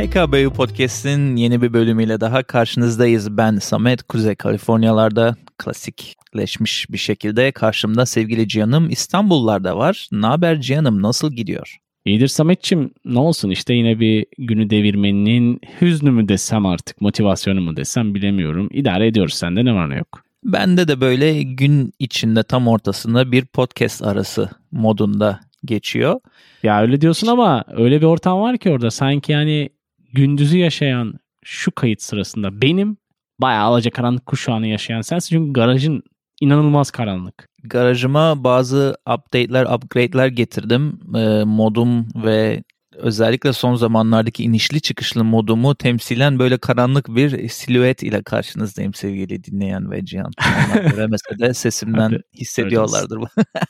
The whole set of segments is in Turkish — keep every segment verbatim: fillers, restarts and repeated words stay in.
H K B U Podcast'in yeni bir bölümüyle daha karşınızdayız. Ben Samet, Kuzey Kaliforniyalarda klasikleşmiş bir şekilde karşımda sevgili Cihan'ım İstanbullarda var. Naber Cihan'ım, nasıl gidiyor? İyidir Samet'ciğim, ne olsun işte yine bir günü devirmenin hüznü mü desem artık motivasyonu mu desem bilemiyorum. İdare ediyoruz, sende ne var ne yok. Bende de böyle gün içinde tam ortasında bir podcast arası modunda geçiyor. Ya öyle diyorsun ama öyle bir ortam var ki orada sanki yani gündüzü yaşayan şu kayıt sırasında benim bayağı alacakaranlık kuşağını yaşayan sensin çünkü garajın inanılmaz karanlık. Garajıma bazı update'ler, upgrade'ler getirdim. E, modum ve özellikle son zamanlardaki inişli çıkışlı modumu temsilen böyle karanlık bir silüet ile karşınızdayım sevgili dinleyen ve Cihan. Onlar göremese de sesimden hissediyorlardır.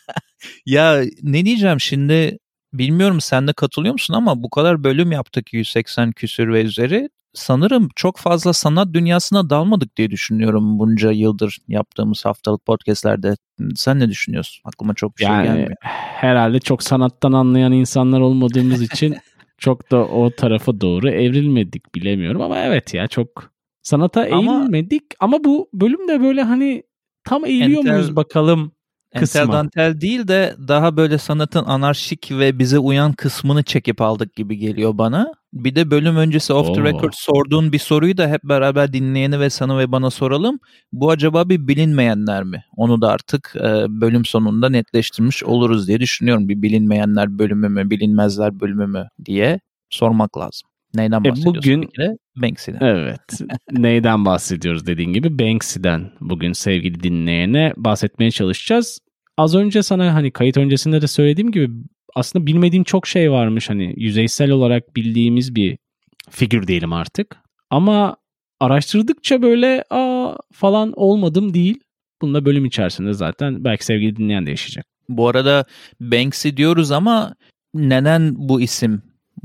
Ya ne diyeceğim şimdi, bilmiyorum sen de katılıyor musun ama bu kadar bölüm yaptık, yüz seksen küsür ve üzeri. Sanırım çok fazla sanat dünyasına dalmadık diye düşünüyorum bunca yıldır yaptığımız haftalık podcastlerde. Sen ne düşünüyorsun? Aklıma çok bir yani, şey gelmiyor. Herhalde çok sanattan anlayan insanlar olmadığımız için çok da o tarafa doğru evrilmedik, bilemiyorum ama evet ya çok sanata ama, eğilmedik ama bu bölüm de böyle hani tam eğiliyor enter, muyuz bakalım kısmı. Entel dantel değil de daha böyle sanatın anarşik ve bize uyan kısmını çekip aldık gibi geliyor bana. Bir de bölüm öncesi off the record sorduğun bir soruyu da hep beraber dinleyeni ve sana ve bana soralım. Bu acaba bir bilinmeyenler mi? Onu da artık e, bölüm sonunda netleştirmiş oluruz diye düşünüyorum. Bir bilinmeyenler bölümü mü, bilinmezler bölümü mü diye sormak lazım. Neyden bahsediyorsun? E bugün, bir kere Banksy'den. Evet. Neyden bahsediyoruz dediğin gibi Banksy'den bugün sevgili dinleyene bahsetmeye çalışacağız. Az önce sana hani kayıt öncesinde de söylediğim gibi aslında bilmediğim çok şey varmış. Hani yüzeysel olarak bildiğimiz bir figür diyelim artık. Ama araştırdıkça böyle aa falan olmadım değil. Bunu da bölüm içerisinde zaten belki sevgili dinleyen de yaşayacak. Bu arada Banksy diyoruz ama neden bu isim,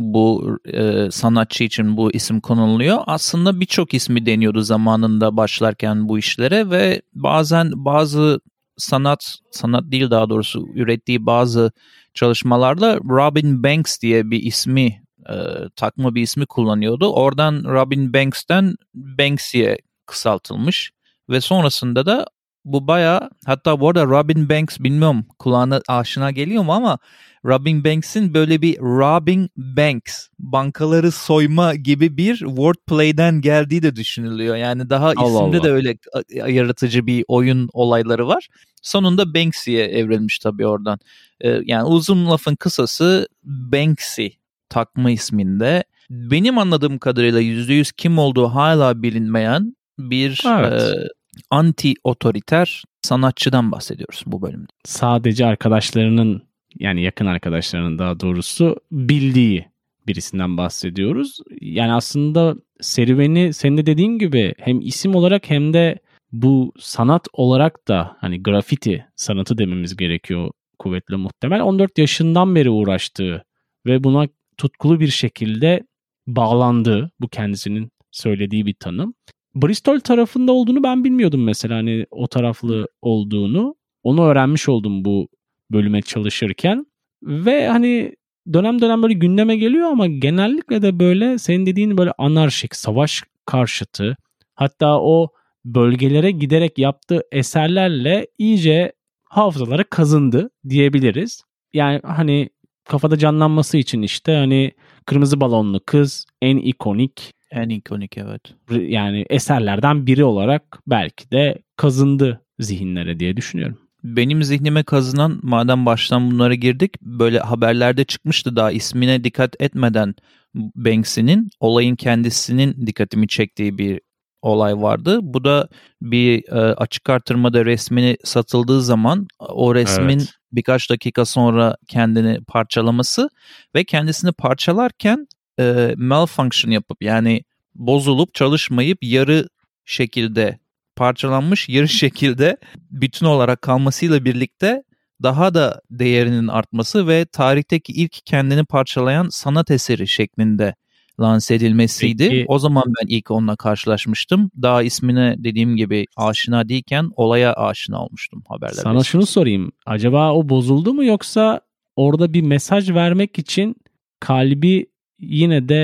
bu e, sanatçı için bu isim konuluyor? Aslında birçok ismi deniyordu zamanında başlarken bu işlere ve bazen bazı sanat, sanat değil daha doğrusu ürettiği bazı çalışmalarda Robin Banks diye bir ismi, e, takma bir ismi kullanıyordu. Oradan Robin Banks'ten Banksy'ye kısaltılmış ve sonrasında da bu bayağı, hatta bu arada Robin Banks bilmiyorum kulağına aşina geliyor mu ama Robin Banks'in böyle bir robbing banks, bankaları soyma gibi bir wordplay'den geldiği de düşünülüyor. Yani daha Allah isimde Allah. de öyle yaratıcı bir oyun olayları var. Sonunda Banksy'ye evrilmiş tabii oradan. Ee, yani uzun lafın kısası Banksy takma isminde. Benim anladığım kadarıyla yüzde yüz kim olduğu hala bilinmeyen bir evet. e, anti-otoriter sanatçıdan bahsediyoruz bu bölümde. Sadece arkadaşlarının, yani yakın arkadaşlarının daha doğrusu bildiği birisinden bahsediyoruz. Yani aslında serüveni senin de dediğin gibi hem isim olarak hem de bu sanat olarak da hani grafiti sanatı dememiz gerekiyor kuvvetle muhtemel. on dört yaşından beri uğraştığı ve buna tutkulu bir şekilde bağlandığı, bu kendisinin söylediği bir tanım. Bristol tarafında olduğunu ben bilmiyordum mesela, hani o taraflı olduğunu. Onu öğrenmiş oldum bu bölüme çalışırken ve hani dönem dönem böyle gündeme geliyor ama genellikle de böyle senin dediğin böyle anarşik, savaş karşıtı, hatta o bölgelere giderek yaptığı eserlerle iyice hafızalara kazındı diyebiliriz. Yani hani kafada canlanması için işte hani Kırmızı Balonlu Kız en ikonik En ikonik evet. Yani eserlerden biri olarak belki de kazındı zihinlere diye düşünüyorum. Benim zihnime kazınan, madem baştan bunlara girdik, böyle haberlerde çıkmıştı daha ismine dikkat etmeden Banksy'nin, olayın kendisinin dikkatimi çektiği bir olay vardı. Bu da bir e, açık artırmada resmini satıldığı zaman o resmin evet. birkaç dakika sonra kendini parçalaması ve kendisini parçalarken e, malfunction yapıp, yani bozulup çalışmayıp yarı şekilde parçalanmış, yarı şekilde bütün olarak kalmasıyla birlikte daha da değerinin artması ve tarihteki ilk kendini parçalayan sanat eseri şeklinde lanse edilmesiydi. Peki, o zaman ben ilk onunla karşılaşmıştım. Daha ismine dediğim gibi aşina değilken olaya aşina olmuştum haberlerde. Sana esasında. Şunu sorayım. Acaba o bozuldu mu yoksa orada bir mesaj vermek için kalbi yine de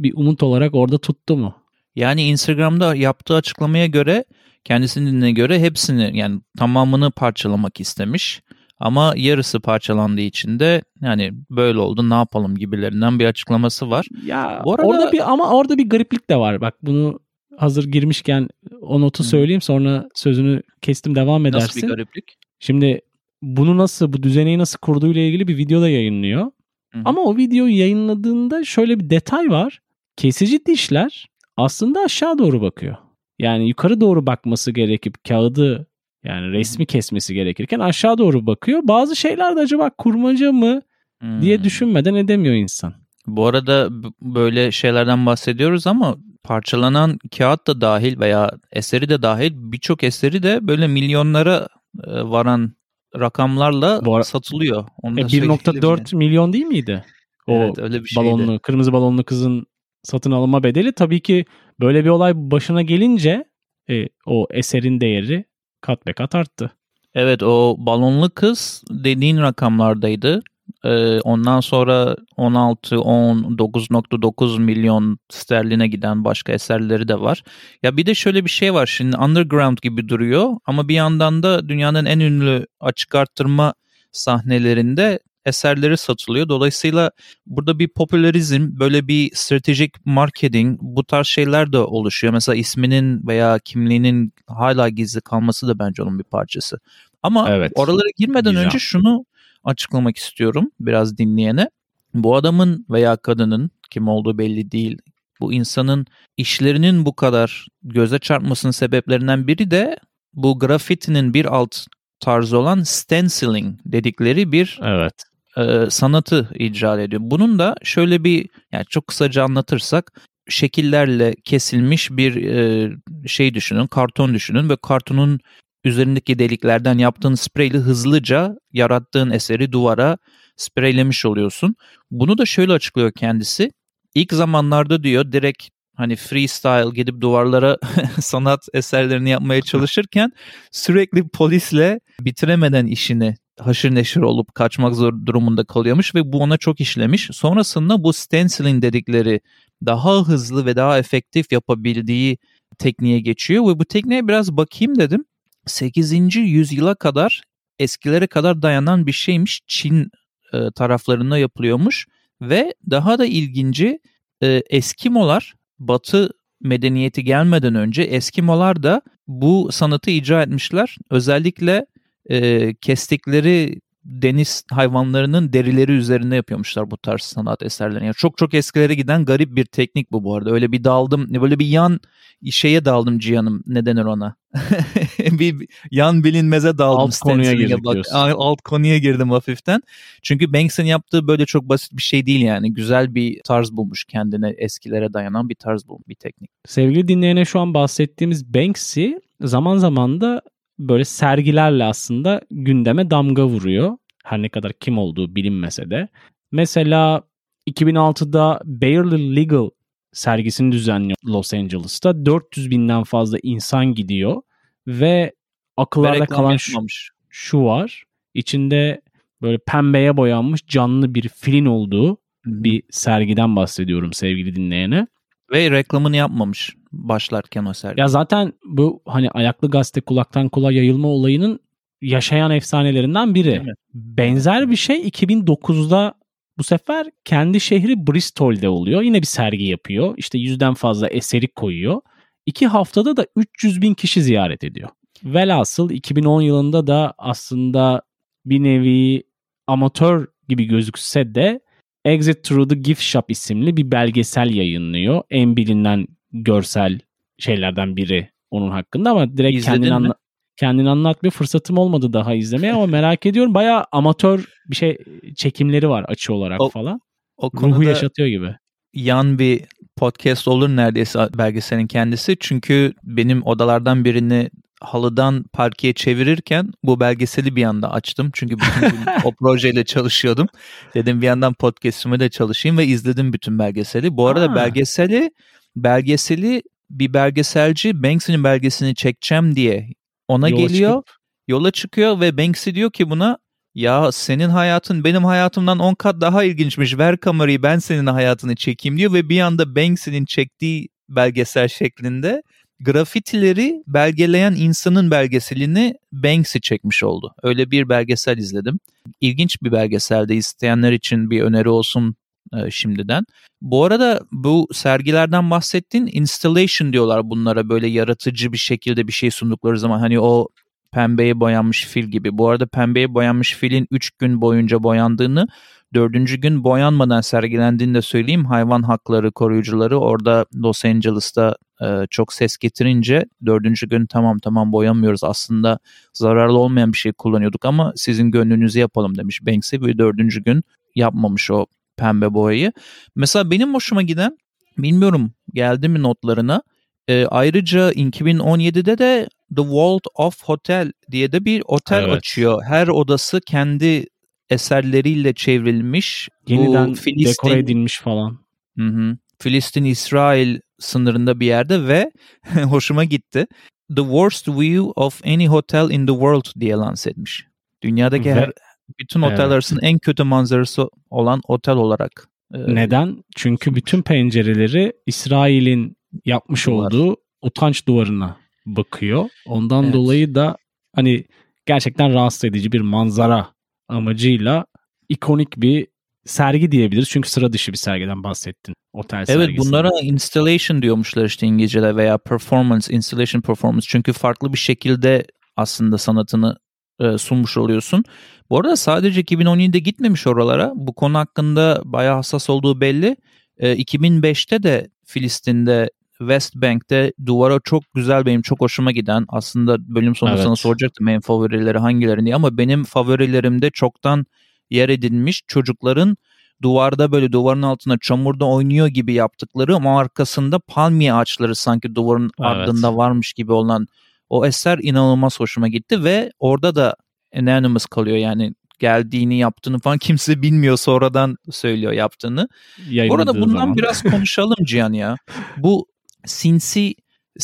bir umut olarak orada tuttu mu? Yani Instagram'da yaptığı açıklamaya göre, kendisine göre hepsini, yani tamamını parçalamak istemiş. Ama yarısı parçalandığı için de yani böyle oldu, ne yapalım gibilerinden bir açıklaması var. Ya Bu arada... orada bir ama orada bir gariplik de var. Bak bunu hazır girmişken o notu söyleyeyim, sonra sözünü kestim, devam edersin. Nasıl bir gariplik? Şimdi bunu nasıl, bu düzeneyi nasıl kurduğuyla ilgili bir video da yayınlıyor. Hı-hı. Ama o videoyu yayınladığında şöyle bir detay var. Kesici dişler aslında aşağı doğru bakıyor. Yani yukarı doğru bakması gerekip kağıdı, yani resmi kesmesi gerekirken aşağı doğru bakıyor. Bazı şeyler de acaba kurmaca mı hmm. diye düşünmeden edemiyor insan. Bu arada böyle şeylerden bahsediyoruz ama parçalanan kağıt da dahil veya eseri de dahil, birçok eseri de böyle milyonlara varan rakamlarla ara... satılıyor. Onu da e, bir nokta dört milyon değil miydi? O evet, öyle bir şeydi. Balonlu, kırmızı balonlu kızın satın alınma bedeli. Tabii ki böyle bir olay başına gelince e, o eserin değeri kat be kat arttı. Evet, o balonlu kız dediğin rakamlardaydı. Ee, ondan sonra on altı on dokuz nokta dokuz milyon sterline giden başka eserleri de var. Ya bir de şöyle bir şey var, şimdi underground gibi duruyor ama bir yandan da dünyanın en ünlü açık arttırma sahnelerinde eserleri satılıyor. Dolayısıyla burada bir popülerizm, böyle bir stratejik marketing, bu tarz şeyler de oluşuyor. Mesela isminin veya kimliğinin hala gizli kalması da bence onun bir parçası. Ama evet, oralara girmeden güzel. önce şunu açıklamak istiyorum biraz dinleyene. Bu adamın veya kadının, kim olduğu belli değil, bu insanın işlerinin bu kadar göze çarpmasının sebeplerinden biri de bu grafitinin bir alt tarzı olan stenciling dedikleri bir evet. e, sanatı icra ediyor. Bunun da şöyle bir, yani çok kısaca anlatırsak, şekillerle kesilmiş bir e, şey düşünün, karton düşünün ve kartonun üzerindeki deliklerden yaptığın spreyle hızlıca yarattığın eseri duvara spreylemiş oluyorsun. Bunu da şöyle açıklıyor kendisi. İlk zamanlarda diyor, direkt hani freestyle gidip duvarlara sanat eserlerini yapmaya çalışırken sürekli polisle bitiremeden işini haşır neşir olup kaçmak zor durumunda kalıyormuş ve bu ona çok işlemiş. Sonrasında bu stenciling dedikleri daha hızlı ve daha efektif yapabildiği tekniğe geçiyor ve bu tekniğe biraz bakayım dedim. sekizinci yüzyıla kadar, eskilere kadar dayanan bir şeymiş. Çin e, taraflarında yapılıyormuş ve daha da ilginci, e, Eskimolar, Batı medeniyeti gelmeden önce Eskimolar da bu sanatı icra etmişler. Özellikle e, kestikleri deniz hayvanlarının derileri üzerinde yapıyormuşlar bu tarz sanat eserlerini. Yani çok çok eskilere giden garip bir teknik bu bu arada. Öyle bir daldım, böyle bir yan şeye daldım Cihan'ım. Ne denir ona? bir yan bilinmeze daldım. Alt konuya girdik bak. Alt konuya girdim hafiften. Çünkü Banks'in yaptığı böyle çok basit bir şey değil yani. Güzel bir tarz bulmuş kendine, eskilere dayanan bir tarz bulmuş, bir teknik. Sevgili dinleyene şu an bahsettiğimiz Banksy zaman zaman da böyle sergilerle aslında gündeme damga vuruyor. Her ne kadar kim olduğu bilinmese de. Mesela iki bin altıda Barely Legal sergisini düzenliyor Los Angeles'ta. dört yüz binden fazla insan gidiyor ve akıllarda kalan şu, şu var. İçinde böyle pembeye boyanmış canlı bir filin olduğu Hı-hı. bir sergiden bahsediyorum sevgili dinleyene. Ve reklamını yapmamış başlarken o sergi. Ya zaten bu hani ayaklı gazete kulaktan kulağa yayılma olayının yaşayan efsanelerinden biri. Benzer bir şey iki bin dokuzda bu sefer kendi şehri Bristol'de oluyor. Yine bir sergi yapıyor. İşte yüzden fazla eseri koyuyor. İki haftada da üç yüz bin kişi ziyaret ediyor. Velhasıl iki bin on yılında da aslında bir nevi amatör gibi gözükse de Exit Through the Gift Shop isimli bir belgesel yayınlıyor. En bilinen görsel şeylerden biri onun hakkında ama direkt İzledin kendini, anla- kendini anlatmıyor. Fırsatım olmadı daha izlemeye ama merak ediyorum. Bayağı amatör bir şey, çekimleri var açı olarak o, falan. O ruhu yaşatıyor gibi. Yan bir podcast olur neredeyse belgeselin kendisi. Çünkü benim odalardan birini halıdan parkeye çevirirken bu belgeseli bir anda açtım. Çünkü bütün gün o projeyle çalışıyordum. Dedim bir yandan podcast'ime de çalışayım ve izledim bütün belgeseli. Bu arada Aa. belgeseli belgeseli bir belgeselci Banksy'nin belgesini çekeceğim diye ona yola geliyor. Çıkıp. Yola çıkıyor ve Banksy diyor ki buna, Ya senin hayatın benim hayatımdan on kat daha ilginçmiş. Ver kamerayı ben senin hayatını çekeyim diyor ve bir anda Banksy'nin çektiği belgesel şeklinde grafitileri belgeleyen insanın belgeselini Banksy çekmiş oldu. Öyle bir belgesel izledim. İlginç bir belgeselde, isteyenler için bir öneri olsun e, şimdiden. Bu arada bu sergilerden bahsettiğin installation diyorlar bunlara, böyle yaratıcı bir şekilde bir şey sundukları zaman, hani o pembeye boyanmış fil gibi. Bu arada pembeye boyanmış filin üç gün boyunca boyandığını, dördüncü gün boyanmadan sergilendiğini de söyleyeyim. Hayvan hakları koruyucuları orada Los Angeles'ta e, çok ses getirince dördüncü gün tamam tamam boyamıyoruz, aslında zararlı olmayan bir şey kullanıyorduk ama sizin gönlünüzü yapalım demiş Banksy ve dördüncü gün yapmamış o pembe boyayı. Mesela benim hoşuma giden, bilmiyorum geldi mi notlarına, e, ayrıca iki bin on yedide de The Vault of Hotel diye de bir otel Evet. açıyor. Her odası kendi eserleriyle çevrilmiş. Yeniden Bu Filistin, dekore edilmiş falan. Hı hı. Filistin-İsrail sınırında bir yerde ve hoşuma gitti. The worst view of any hotel in the world diye lanse etmiş. Dünyadaki Ve, her bütün otel evet. arasında en kötü manzarası olan otel olarak. E, Neden? Çünkü bütün pencereleri İsrail'in yapmış Duvar. olduğu utanç duvarına bakıyor. Ondan Evet. dolayı da hani gerçekten rahatsız edici bir manzara amacıyla ikonik bir sergi diyebiliriz. Çünkü sıra dışı bir sergiden bahsettin. Otel Evet, sergisi. bunlara installation diyormuşlar işte İngilizce'de veya performance, installation performance. Çünkü farklı bir şekilde aslında sanatını e, sunmuş oluyorsun. Bu arada sadece iki bin on yedide gitmemiş oralara. Bu konu hakkında bayağı hassas olduğu belli. E, iki bin beşte de Filistin'de West Bank'te duvara çok güzel, benim çok hoşuma giden, aslında bölüm sonunda Evet. sana soracaktım en favorileri hangileri diye, ama benim favorilerimde çoktan yer edilmiş çocukların duvarda böyle duvarın altında çamurda oynuyor gibi yaptıkları ama arkasında palmiye ağaçları sanki duvarın Evet. ardında varmış gibi olan o eser inanılmaz hoşuma gitti ve orada da anonymous kalıyor, yani geldiğini yaptığını falan kimse bilmiyor, sonradan söylüyor yaptığını. Bu arada bundan zaman. biraz konuşalım Cihan ya. Bu sinsi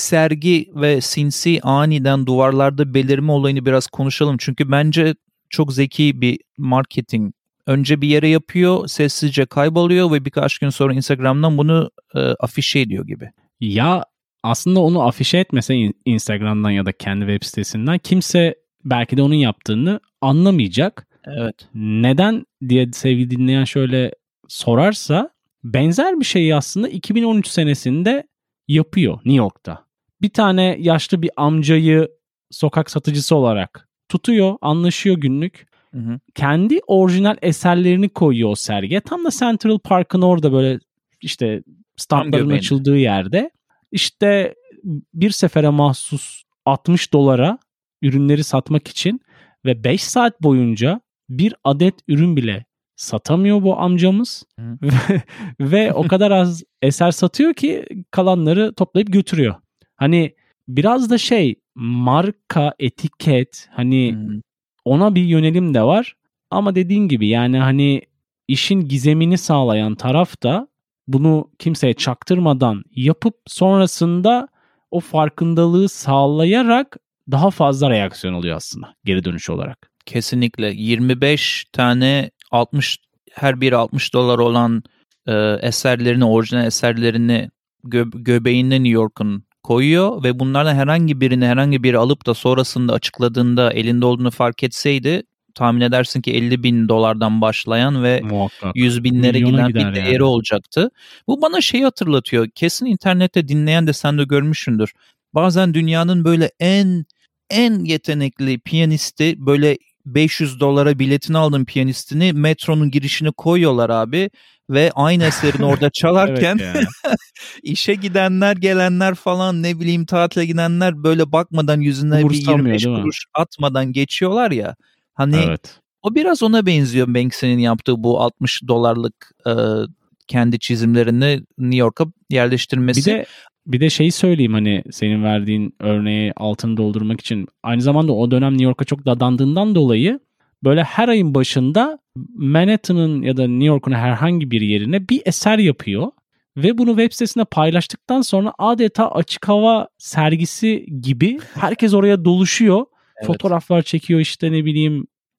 sergi ve sinsi aniden duvarlarda belirme olayını biraz konuşalım. Çünkü bence çok zeki bir marketing. Önce bir yere yapıyor, sessizce kayboluyor ve birkaç gün sonra Instagram'dan bunu e, afişe ediyor gibi. Ya aslında onu afişe etmese Instagram'dan ya da kendi web sitesinden kimse belki de onun yaptığını anlamayacak. Evet. Neden diye sevgili dinleyen şöyle sorarsa, benzer bir şeyi aslında iki bin on üç senesinde yapıyor New York'ta. Bir tane yaşlı bir amcayı sokak satıcısı olarak tutuyor, anlaşıyor günlük. Hı hı. Kendi orijinal eserlerini koyuyor o sergiye. Tam da Central Park'ın orada böyle işte standların açıldığı yerde. İşte bir sefere mahsus altmış dolara ürünleri satmak için ve beş saat boyunca bir adet ürün bile satamıyor bu amcamız. ve, ve o kadar az eser satıyor ki kalanları toplayıp götürüyor. Hani biraz da şey, marka, etiket, hani hmm. ona bir yönelim de var. Ama dediğin gibi yani hani işin gizemini sağlayan taraf da bunu kimseye çaktırmadan yapıp sonrasında o farkındalığı sağlayarak daha fazla reaksiyon oluyor aslında geri dönüş olarak. Kesinlikle. yirmi beş tane altmış, her biri altmış dolar olan e, eserlerini, orijinal eserlerini gö- göbeğinde New York'un koyuyor ve bunlardan herhangi birini herhangi biri alıp da sonrasında açıkladığında elinde olduğunu fark etseydi tahmin edersin ki elli bin dolardan başlayan ve muhakkak yüz binlere milyona giden bir değeri yani. olacaktı. Bu bana şeyi hatırlatıyor. Kesin internette dinleyen de sen de görmüşsündür. Bazen dünyanın böyle en en yetenekli piyanisti, böyle beş yüz dolara biletini aldığın piyanistini metronun girişine koyuyorlar abi ve aynı eserini orada çalarken evet işe gidenler, gelenler falan, ne bileyim tatile gidenler böyle bakmadan yüzüne bir yirmi beş kuruş atmadan geçiyorlar ya. Hani evet. O biraz ona benziyor, Banksy'nin yaptığı bu altmış dolarlık e, kendi çizimlerini New York'a yerleştirmesi. Bir de bir de şeyi söyleyeyim, hani senin verdiğin örneği altını doldurmak için, aynı zamanda o dönem New York'a çok dadandığından dolayı böyle her ayın başında Manhattan'ın ya da New York'un herhangi bir yerine bir eser yapıyor ve bunu web sitesinde paylaştıktan sonra adeta açık hava sergisi gibi herkes oraya doluşuyor. Evet. Fotoğraflar çekiyor, işte ne bileyim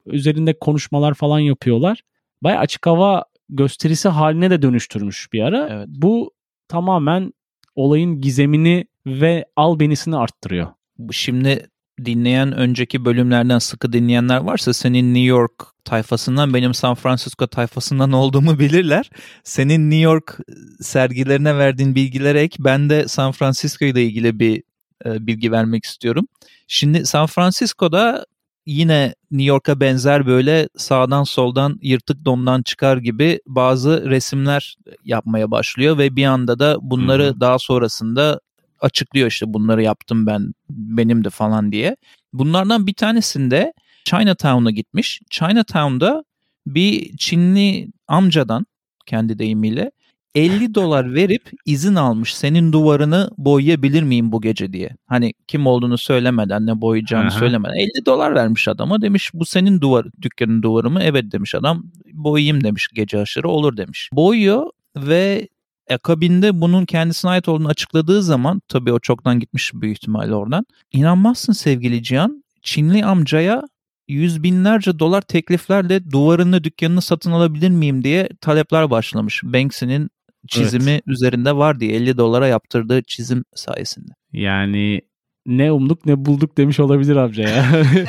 üzerinde konuşmalar falan yapıyorlar. Bayağı açık hava gösterisi haline de dönüştürmüş bir ara. Evet. Bu tamamen olayın gizemini ve albenisini arttırıyor. Şimdi dinleyen, önceki bölümlerden sıkı dinleyenler varsa senin New York tayfasından, benim San Francisco tayfasından olduğumu bilirler. Senin New York sergilerine verdiğin bilgilere ek ben de San Francisco ile ilgili bir e, bilgi vermek istiyorum. Şimdi San Francisco'da yine New York'a benzer böyle sağdan soldan yırtık domdan çıkar gibi bazı resimler yapmaya başlıyor ve bir anda da bunları Hı-hı. daha sonrasında açıklıyor, işte bunları yaptım ben, benim de falan diye. Bunlardan bir tanesinde Chinatown'a gitmiş. Chinatown'da bir Çinli amcadan, kendi deyimiyle elli dolar verip izin almış, senin duvarını boyayabilir miyim bu gece diye. Hani kim olduğunu söylemeden, ne boyayacağını Aha. söylemeden elli dolar vermiş adama, demiş bu senin duvar, dükkanın duvarı mı? Evet demiş adam, boyayayım demiş gece aşırı, olur demiş. Boyuyor ve akabinde bunun kendisine ait olduğunu açıkladığı zaman, tabii o çoktan gitmiş büyük ihtimalle oradan. İnanmazsın sevgili Cihan, Çinli amcaya yüz binlerce dolar tekliflerle duvarını, dükkanını satın alabilir miyim diye talepler başlamış. Banksy'nin çizimi evet. üzerinde var diye, elli dolara yaptırdığı çizim sayesinde. Yani ne umduk ne bulduk demiş olabilir amca ya.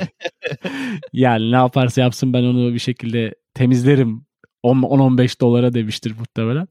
Yani ne yaparsa yapsın ben onu bir şekilde temizlerim. on on beş dolara demiştir muhtemelen.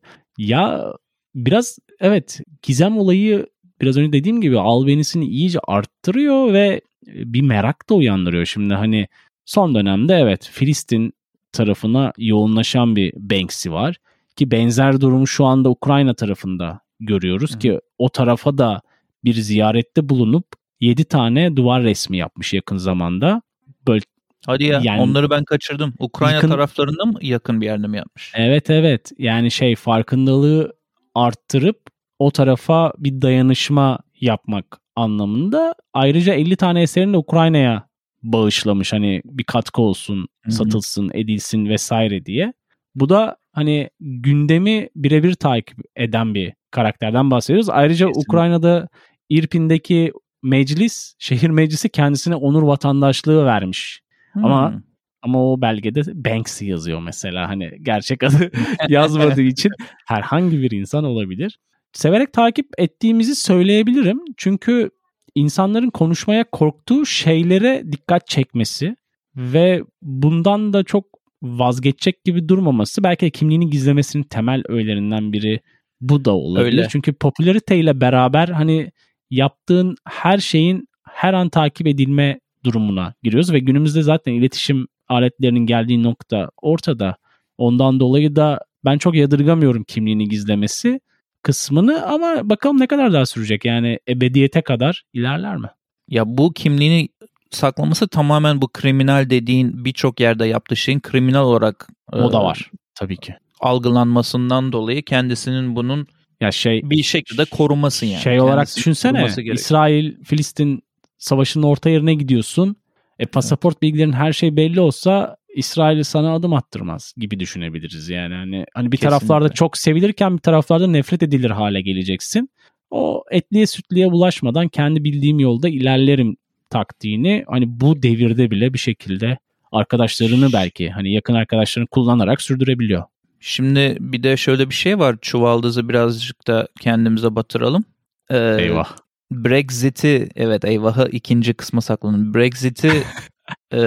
Ya biraz evet, gizem olayı biraz önce dediğim gibi albenisini iyice arttırıyor ve bir merak da uyandırıyor. Şimdi hani son dönemde evet Filistin tarafına yoğunlaşan bir Banksy var ki benzer durumu şu anda Ukrayna tarafında görüyoruz Hı. ki o tarafa da bir ziyarette bulunup yedi tane duvar resmi yapmış yakın zamanda. Böyle Hadi ya, yani, onları ben kaçırdım. Ukrayna yakın, taraflarında mı, yakın bir yerde mi yapmış? Evet evet, yani şey, farkındalığı arttırıp o tarafa bir dayanışma yapmak anlamında. Ayrıca elli tane eserini de Ukrayna'ya bağışlamış, hani bir katkı olsun, Hı-hı. satılsın, edilsin vesaire diye. Bu da hani gündemi birebir takip eden bir karakterden bahsediyoruz. Ayrıca Kesinlikle. Ukrayna'da İrpin'deki meclis, şehir meclisi kendisine onur vatandaşlığı vermiş. Hmm. Ama ama o belgede Banksy yazıyor mesela, hani gerçek adı yazmadığı için herhangi bir insan olabilir. Severek takip ettiğimizi söyleyebilirim. Çünkü insanların konuşmaya korktuğu şeylere dikkat çekmesi ve bundan da çok vazgeçecek gibi durmaması, belki de kimliğini gizlemesinin temel öğelerinden biri bu da olabilir. Öyle. Çünkü popülariteyle beraber hani yaptığın her şeyin her an takip edilme durumuna giriyoruz ve günümüzde zaten iletişim aletlerinin geldiği nokta ortada. Ondan dolayı da ben çok yadırgamıyorum kimliğini gizlemesi kısmını, ama bakalım ne kadar daha sürecek, yani ebediyete kadar ilerler mi? Ya bu kimliğini saklaması tamamen bu kriminal dediğin birçok yerde yaptığı şeyin kriminal olarak o da var tabii ki algılanmasından dolayı kendisinin bunun ya şey bir şekilde koruması, yani şey olarak düşünsene, İsrail-Filistin savaşının orta yerine gidiyorsun. E pasaport evet. bilgilerin her şey belli olsa İsrail sana adım attırmaz gibi düşünebiliriz yani. Hani hani bir Kesinlikle. taraflarda çok sevilirken bir taraflarda nefret edilir hale geleceksin. O etliye sütliye bulaşmadan kendi bildiğim yolda ilerlerim taktiğini hani bu devirde bile bir şekilde arkadaşlarını, belki hani yakın arkadaşlarını kullanarak sürdürebiliyor. Şimdi bir de şöyle bir şey var. Çuvaldızı birazcık da kendimize batıralım. Ee, Eyvah. Brexit'i, evet eyvahı ikinci kısma saklanın. Brexit'i e,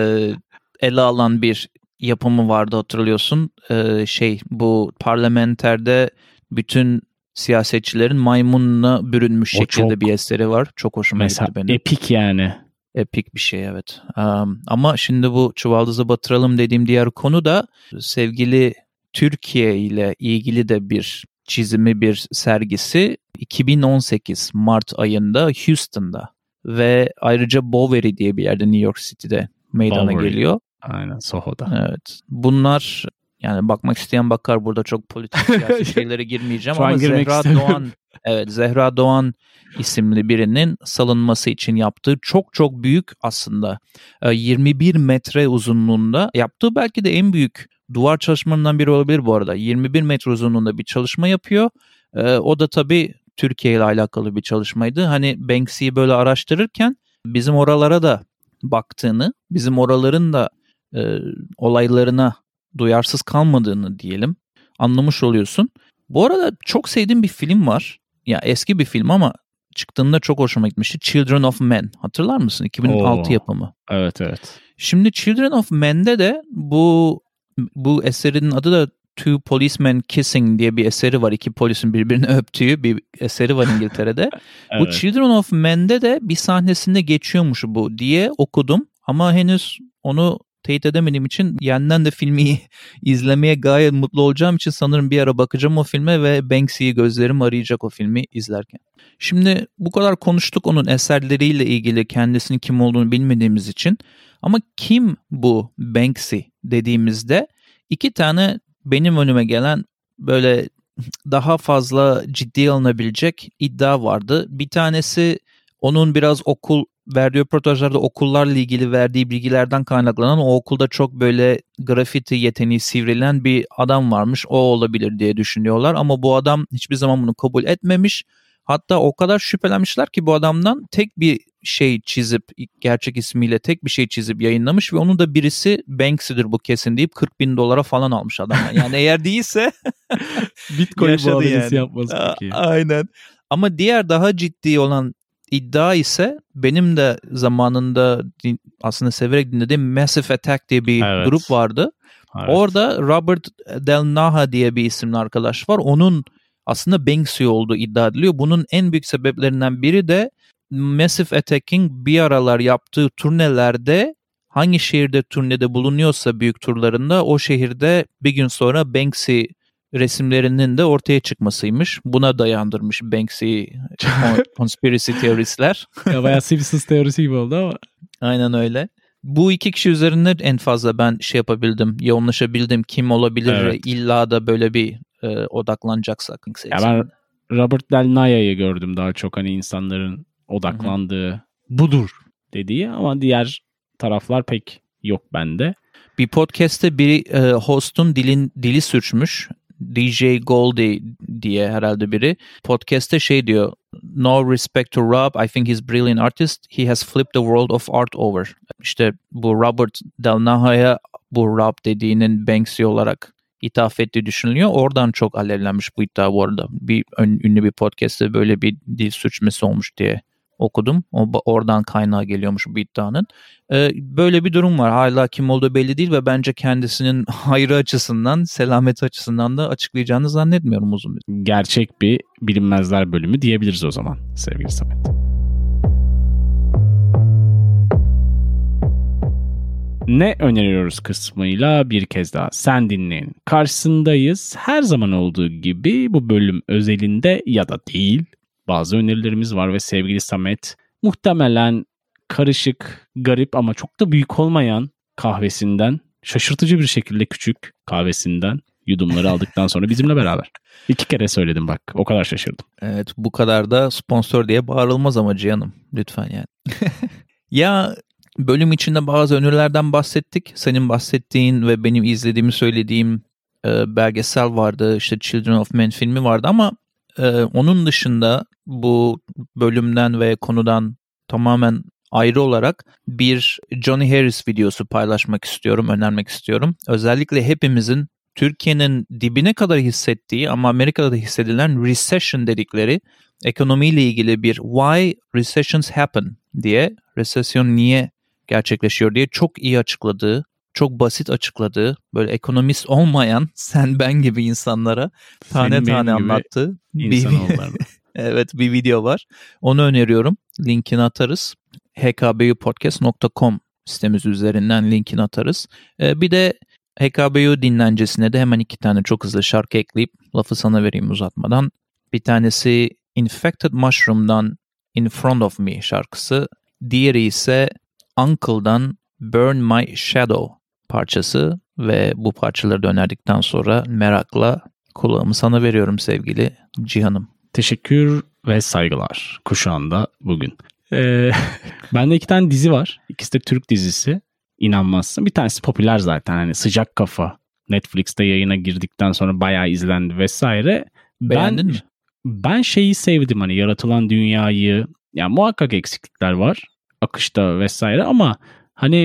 ele alan bir yapımı vardı, hatırlıyorsun. E, şey bu parlamenterde bütün siyasetçilerin maymununa bürünmüş o şekilde çok, bir eseri var. Çok hoşuma mesela gitti benim. Epik yani. Epik bir şey, evet. Um, ama şimdi bu çuvaldızı batıralım dediğim diğer konu da sevgili Türkiye ile ilgili de bir çizimi, bir sergisi iki bin on sekiz Mart ayında Houston'da ve ayrıca Bowery diye bir yerde New York City'de meydana Bowery. geliyor. Aynen, Soho'da. Evet. Bunlar, yani bakmak isteyen bakar, burada çok politik siyasi şeylere girmeyeceğim Şu ama Zehra istemiyorum. Doğan, evet Zehra Doğan isimli birinin salınması için yaptığı çok çok büyük, aslında yirmi bir metre uzunluğunda yaptığı belki de en büyük duvar çalışmalarından biri olabilir bu arada. yirmi bir metre uzunluğunda bir çalışma yapıyor. Ee, o da tabii Türkiye ile alakalı bir çalışmaydı. Hani Banksy'yi böyle araştırırken bizim oralara da baktığını, bizim oraların da e, olaylarına duyarsız kalmadığını diyelim anlamış oluyorsun. Bu arada çok sevdiğim bir film var. Ya eski bir film ama çıktığında çok hoşuma gitmişti. Children of Men. Hatırlar mısın? iki bin altı Oo, yapımı. Evet evet. Şimdi Children of Men'de de bu bu eserinin adı da Two Policemen Kissing diye bir eseri var. İki polisin birbirini öptüğü bir eseri var İngiltere'de. Evet. Bu Children of Men'de de bir sahnesinde geçiyormuş bu diye okudum. Ama henüz onu teyit edemediğim için yeniden de filmi izlemeye gayet mutlu olacağım için sanırım bir ara bakacağım o filme ve Banksy'yi gözlerim arayacak o filmi izlerken. Şimdi bu kadar konuştuk onun eserleriyle ilgili, kendisinin kim olduğunu bilmediğimiz için. Ama kim bu Banksy dediğimizde iki tane benim önüme gelen böyle daha fazla ciddiye alınabilecek iddia vardı. Bir tanesi onun biraz okul verdiği röportajlarda okullarla ilgili verdiği bilgilerden kaynaklanan, o okulda çok böyle grafiti yeteneği sivrilen bir adam varmış. O olabilir diye düşünüyorlar ama bu adam hiçbir zaman bunu kabul etmemiş. Hatta o kadar şüphelenmişler ki bu adamdan tek bir şey çizip, gerçek ismiyle tek bir şey çizip yayınlamış ve onu da birisi Banksy'dir bu kesin deyip kırk bin dolara falan almış adamlar. Yani eğer değilse Bitcoin muamelesi yani. Yapması peki. Aynen. Ama diğer daha ciddi olan iddia ise benim de zamanında aslında severek dinlediğim Massive Attack diye bir evet. grup vardı. Evet. Orada Robert Del Naja diye bir isimli arkadaş var. Onun aslında Banksy olduğu iddia ediliyor. Bunun en büyük sebeplerinden biri de Massive Attack'in bir aralar yaptığı turnelerde hangi şehirde turnede bulunuyorsa büyük turlarında o şehirde bir gün sonra Banksy resimlerinin de ortaya çıkmasıymış. Buna dayandırmış Banksy conspiracy teoristler. Ya bayağı Simpsons teorisi gibi oldu ama. Aynen öyle. Bu iki kişi üzerinde en fazla ben şey yapabildim, yoğunlaşabildim. Kim olabilir evet. illa da böyle bir e, odaklanacaksak. Ya ben Robert Del Naya'yı gördüm daha çok, hani insanların odaklandığı Hı-hı. budur dediği, ama diğer taraflar pek yok bende. Bir podcast'te bir e, host'un dilin dili sürçmüş. D J Goldie diye herhalde biri. Podcast'te şey diyor. No respect to Rob. I think he's a brilliant artist. He has flipped the world of art over. İşte bu Robert Del Naja'ya bu Rob dediğinin Banksy olarak ithaf ettiği düşünülüyor. Oradan çok alevlenmiş bu iddia bu arada. Bir ünlü bir podcast'te böyle bir dil sürçmesi olmuş diye okudum. O, oradan kaynağı geliyormuş bu iddianın. Ee, böyle bir durum var. Hala kim olduğu belli değil ve bence kendisinin hayrı açısından, selameti açısından da açıklayacağını zannetmiyorum uzun bir. Gerçek bir bilinmezler bölümü diyebiliriz o zaman sevgili Samet. Ne öneriyoruz kısmıyla bir kez daha sen dinleyin. Karşısındayız. Her zaman olduğu gibi bu bölüm özelinde ya da değil bazı önerilerimiz var ve sevgili Samet muhtemelen karışık, garip ama çok da büyük olmayan kahvesinden, şaşırtıcı bir şekilde küçük kahvesinden yudumları aldıktan sonra bizimle beraber. İki kere söyledim bak, o kadar şaşırdım. Evet, bu kadar da sponsor diye bağırılmaz ama Cihan'ım lütfen yani. Ya bölüm içinde bazı önerilerden bahsettik. Senin bahsettiğin ve benim izlediğimi söylediğim e, belgesel vardı. İşte Children of Men filmi vardı ama e, onun dışında bu bölümden ve konudan tamamen ayrı olarak bir Johnny Harris videosu paylaşmak istiyorum, önermek istiyorum. Özellikle hepimizin Türkiye'nin dibine kadar hissettiği ama Amerika'da da hissedilen recession dedikleri ekonomiyle ilgili bir Why Recessions Happen diye, resesyon niye gerçekleşiyor diye çok iyi açıkladığı, çok basit açıkladığı, böyle ekonomist olmayan sen ben gibi insanlara tane Senin tane anlattığı bir, evet, bir video var. Onu öneriyorum. Linkini atarız. h k b u podcast nokta com sitemiz üzerinden linkini atarız. Ee, bir de H K B U dinlencesine de hemen iki tane çok hızlı şarkı ekleyip lafı sana vereyim uzatmadan. Bir tanesi Infected Mushroom'dan In Front of Me şarkısı. Diğeri ise Uncle'dan Burn My Shadow parçası ve bu parçaları da önerdikten sonra merakla kulağımı sana veriyorum sevgili Cihan'ım. Teşekkür ve saygılar kuşağında bugün. Ee, bende iki tane dizi var. İkisi de Türk dizisi. İnanmazsın. Bir tanesi popüler zaten. Hani Sıcak Kafa. Netflix'te yayına girdikten sonra bayağı izlendi vesaire. Beğendin ben, mi? Ben şeyi sevdim, hani yaratılan dünyayı. Yani muhakkak eksiklikler var. Akışta vesaire ama hani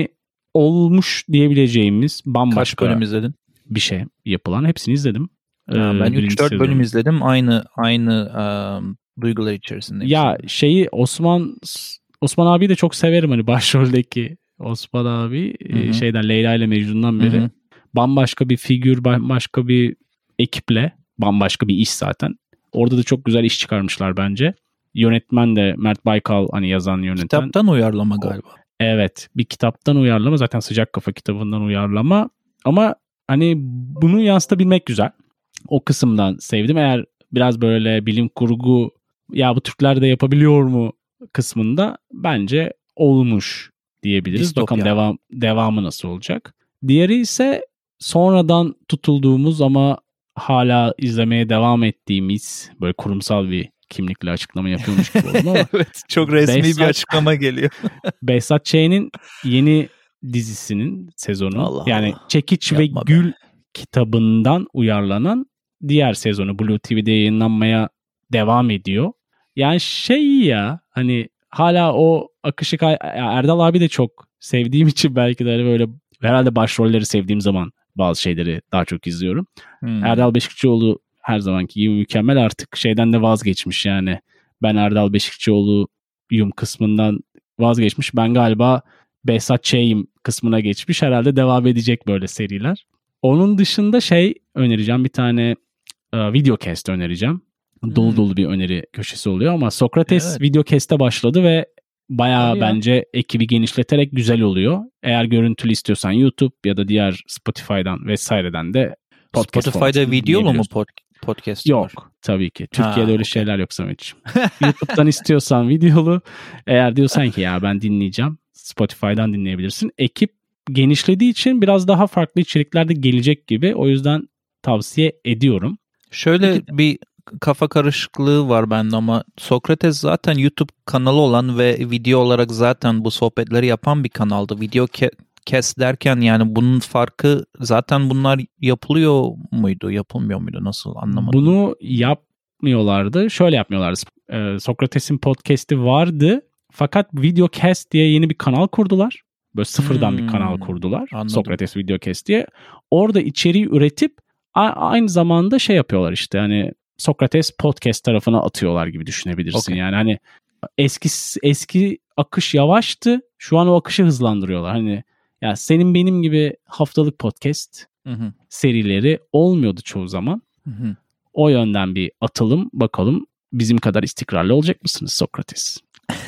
olmuş diyebileceğimiz bambaşka Kaç bölüm izledin? Bir şey yapılan. Hepsini izledim. Ha, ben üç dört bölüm izledim. Aynı aynı um, duygular içerisinde. Ya şeyi Osman Osman abi de çok severim, hani başroldeki Osman abi, Hı-hı. şeyden Leyla ile Mecnun'dan beri. Hı-hı. Bambaşka bir figür, bambaşka bir ekiple, bambaşka bir iş zaten. Orada da çok güzel iş çıkarmışlar bence. Yönetmen de Mert Baykal, hani yazan yönetmen. Kitaptan uyarlama galiba. Evet, bir kitaptan uyarlama, zaten Sıcak Kafa kitabından uyarlama, ama hani bunu yansıtabilmek güzel. O kısımdan sevdim. Eğer biraz böyle bilim kurgu, ya bu Türkler de yapabiliyor mu kısmında bence olmuş diyebiliriz. Distopya. Bakalım devam devamı nasıl olacak. Diğeri ise sonradan tutulduğumuz ama hala izlemeye devam ettiğimiz, böyle kurumsal bir kimlikle açıklama yapıyormuş gibi oldum ama evet, çok resmi Behzat, bir açıklama geliyor. Behzat Ç'nin yeni dizisinin sezonu, Allah yani Allah. Çekiç Yapma ve Gül be. kitabından uyarlanan diğer sezonu Blue T V'de yayınlanmaya devam ediyor. Yani şey ya, hani hala o akışı kay- Erdal abi de çok sevdiğim için belki de hani böyle herhalde başrolleri sevdiğim zaman bazı şeyleri daha çok izliyorum. Hmm. Erdal Beşikçioğlu her zamanki gibi mükemmel, artık şeyden de vazgeçmiş yani. Ben Erdal Beşikçioğlu'yum kısmından vazgeçmiş. Ben galiba Behzat Ç'yim kısmına geçmiş. Herhalde devam edecek böyle seriler. Onun dışında şey önereceğim, bir tane uh, videocast önereceğim. Hmm. Dolu dolu bir öneri köşesi oluyor ama Sokrates evet. videocast'e başladı ve bayağı Tabii bence ya. ekibi genişleterek güzel oluyor. Eğer görüntülü istiyorsan YouTube ya da diğer Spotify'dan vesaireden de podcast Spotify'da videolu mu pod- podcast Yok, var? Yok tabii ki. Türkiye'de ha, öyle okay. şeyler yok Samet'ciğim. YouTube'dan istiyorsan videolu. Eğer diyorsan ki ya ben dinleyeceğim, Spotify'dan dinleyebilirsin. Ekip genişlediği için biraz daha farklı içerikler de gelecek gibi. O yüzden tavsiye ediyorum. Şöyle Peki, bir kafa karışıklığı var bende ama Sokrates zaten YouTube kanalı olan ve video olarak zaten bu sohbetleri yapan bir kanaldı. Video ke- kes derken yani bunun farkı, zaten bunlar yapılıyor muydu, yapılmıyor muydu, nasıl, anlamadım. Bunu yapmıyorlardı. Şöyle yapmıyorlardı. Ee, Sokrates'in podcast'i vardı. Fakat Videocast diye yeni bir kanal kurdular. Böyle sıfırdan hmm, bir kanal kurdular. Anladım. Sokrates Videocast diye. Orada içeriği üretip a- aynı zamanda şey yapıyorlar işte, hani Sokrates podcast tarafına atıyorlar gibi düşünebilirsin. Okay. Yani hani eski eski akış yavaştı. Şu an o akışı hızlandırıyorlar. Hani ya senin benim gibi haftalık podcast hı hı. serileri olmuyordu çoğu zaman. Hı hı. O yönden bir atılım, bakalım bizim kadar istikrarlı olacak mısınız Sokrates?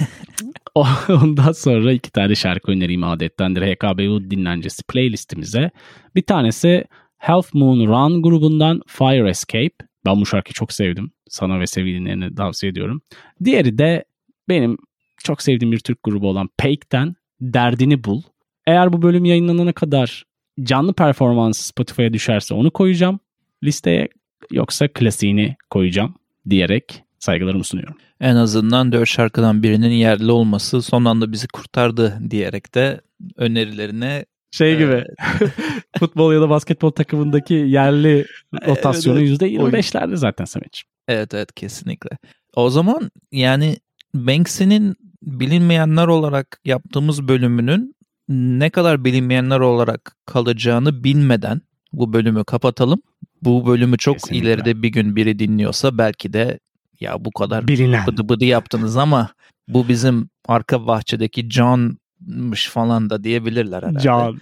Ondan sonra iki tane şarkı önereyim adettendir. H K B U dinlencesi playlistimize. Bir tanesi Half Moon Run grubundan Fire Escape. Ben bu şarkıyı çok sevdim. Sana ve sevgililerine tavsiye ediyorum. Diğeri de benim çok sevdiğim bir Türk grubu olan Peik'ten Derdini Bul. Eğer bu bölüm yayınlanana kadar canlı performans Spotify'a düşerse onu koyacağım listeye, yoksa klasiğini koyacağım diyerek saygılarımı sunuyorum. En azından dört şarkıdan birinin yerli olması son anda bizi kurtardı diyerek de önerilerine şey gibi e... futbol ya da basketbol takımındaki yerli rotasyonu evet, evet. yüzde yirmi beşlerde zaten Samet'ciğim. Evet evet kesinlikle. O zaman yani Banksy'nin bilinmeyenler olarak yaptığımız bölümünün ne kadar bilinmeyenler olarak kalacağını bilmeden bu bölümü kapatalım. Bu bölümü çok kesinlikle. ileride bir gün biri dinliyorsa belki de ya bu kadar bilinen. bıdı bıdı yaptınız ama bu bizim arka bahçedeki John'mış falan da diyebilirler herhalde. John.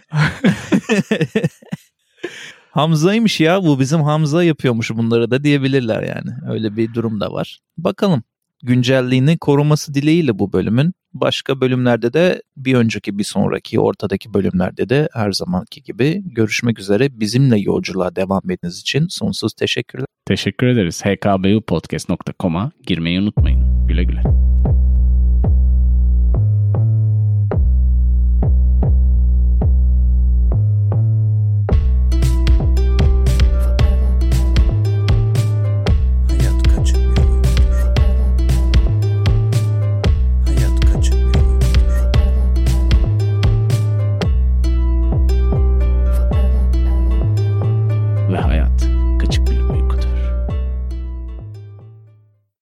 Hamza'ymış ya, bu bizim Hamza yapıyormuş bunları da diyebilirler yani. Öyle bir durum da var. Bakalım, güncelliğini koruması dileğiyle bu bölümün. Başka bölümlerde de bir önceki, bir sonraki, ortadaki bölümlerde de her zamanki gibi görüşmek üzere. Bizimle yolculuğa devam ettiğiniz için sonsuz teşekkürler. Teşekkür ederiz. h k b u podcast nokta com'a girmeyi unutmayın. Güle güle.